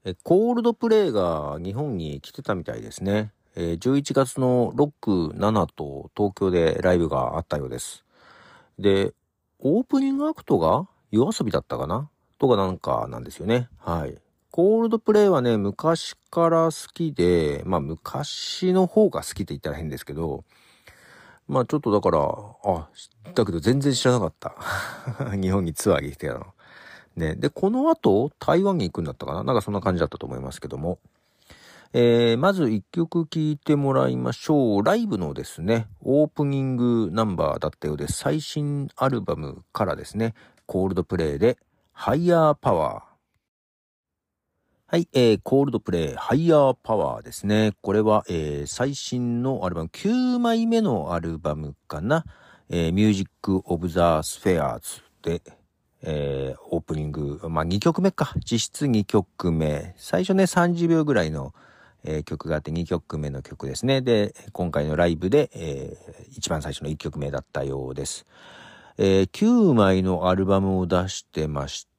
コールドプレイが日本に来てたみたいですね。11月の6、7と東京でライブがあったようです。で、オープニングアクトが夜遊びだったかなとかなんかなんですよね。はい。コールドプレイはね、昔から好きで、昔の方が好きって言ったら変ですけど、ちょっとだから、だけど全然知らなかった。日本にツアーに来てたの。ね。で、この後、台湾に行くんだったかななんかそんな感じだったと思いますけども。まず一曲聴いてもらいましょう。ライブのですね、オープニングナンバーだったようです。最新アルバムからですね、コールドプレイで、ハイヤーパワー。はい、コールドプレイ、ハイヤーパワーですね。これは、最新のアルバム、9枚目のアルバムかな。ミュージック・オブ・ザ・スフェアーズで、オープニング、2曲目か。実質2曲目。最初ね、30秒ぐらいの、曲があって2曲目の曲ですね。で、今回のライブで、一番最初の1曲目だったようです。9枚のアルバムを出してまして、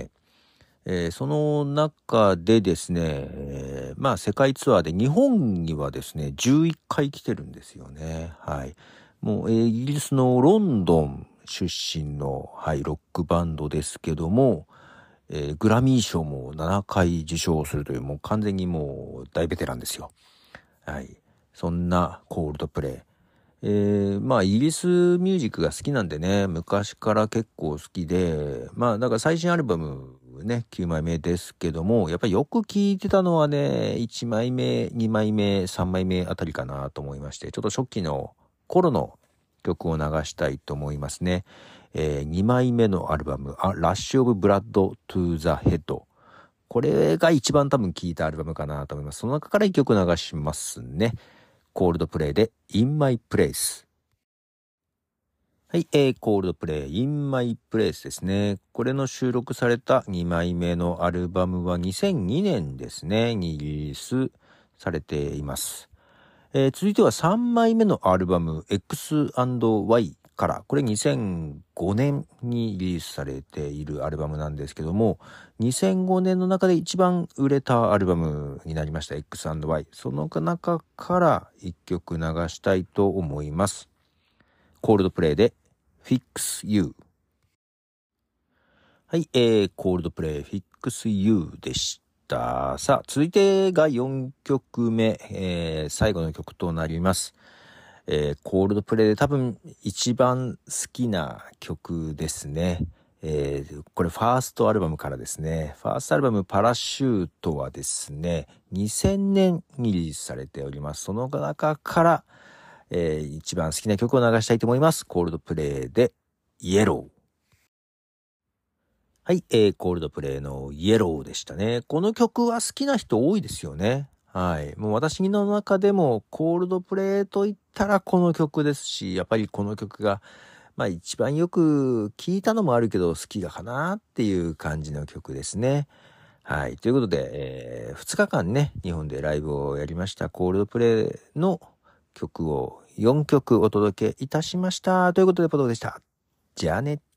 その中でですね、世界ツアーで日本にはですね、11回来てるんですよね。はい。もう、イギリスのロンドン出身の、はい、ロックバンドですけども、グラミー賞も7回受賞するという、もう完全にもう大ベテランですよ。はい。そんなコールドプレイ。イギリスミュージックが好きなんでね、昔から結構好きで、だから最新アルバムね、9枚目ですけども、やっぱりよく聴いてたのはね、1枚目、2枚目、3枚目あたりかなと思いまして、ちょっと初期の頃の曲を流したいと思いますね。2枚目のアルバム、ラッシュオブブラッドトゥーザヘッド。これが一番多分聴いたアルバムかなと思います。その中から1曲流しますね。コールドプレイで In My Place。はい、コールドプレイ In My Place ですね。これの収録された2枚目のアルバムは2002年ですね、にリリースされています。続いては3枚目のアルバム X&Y から、これ2005年にリリースされているアルバムなんですけども、2005年の中で一番売れたアルバムになりました X&Y。その中から1曲流したいと思います。コールドプレイで Fix You。はい、コールドプレイ Fix You でした。さあ、続いてが4曲目、最後の曲となります。コールドプレイで多分一番好きな曲ですね。これファーストアルバムからですね。ファーストアルバムパラシュートはですね、2000年にリリースされております。その中から、一番好きな曲を流したいと思います。コールドプレイでイエロー。はい、コールドプレイのイエローでしたね。この曲は好きな人多いですよね。はい。もう私の中でもコールドプレイと言ったらこの曲ですし、やっぱりこの曲が、一番よく聴いたのもあるけど好きだかなっていう感じの曲ですね。はい。ということで、2日間ね、日本でライブをやりましたコールドプレイの曲を4曲お届けいたしました。ということで、ポトフでした。じゃあね。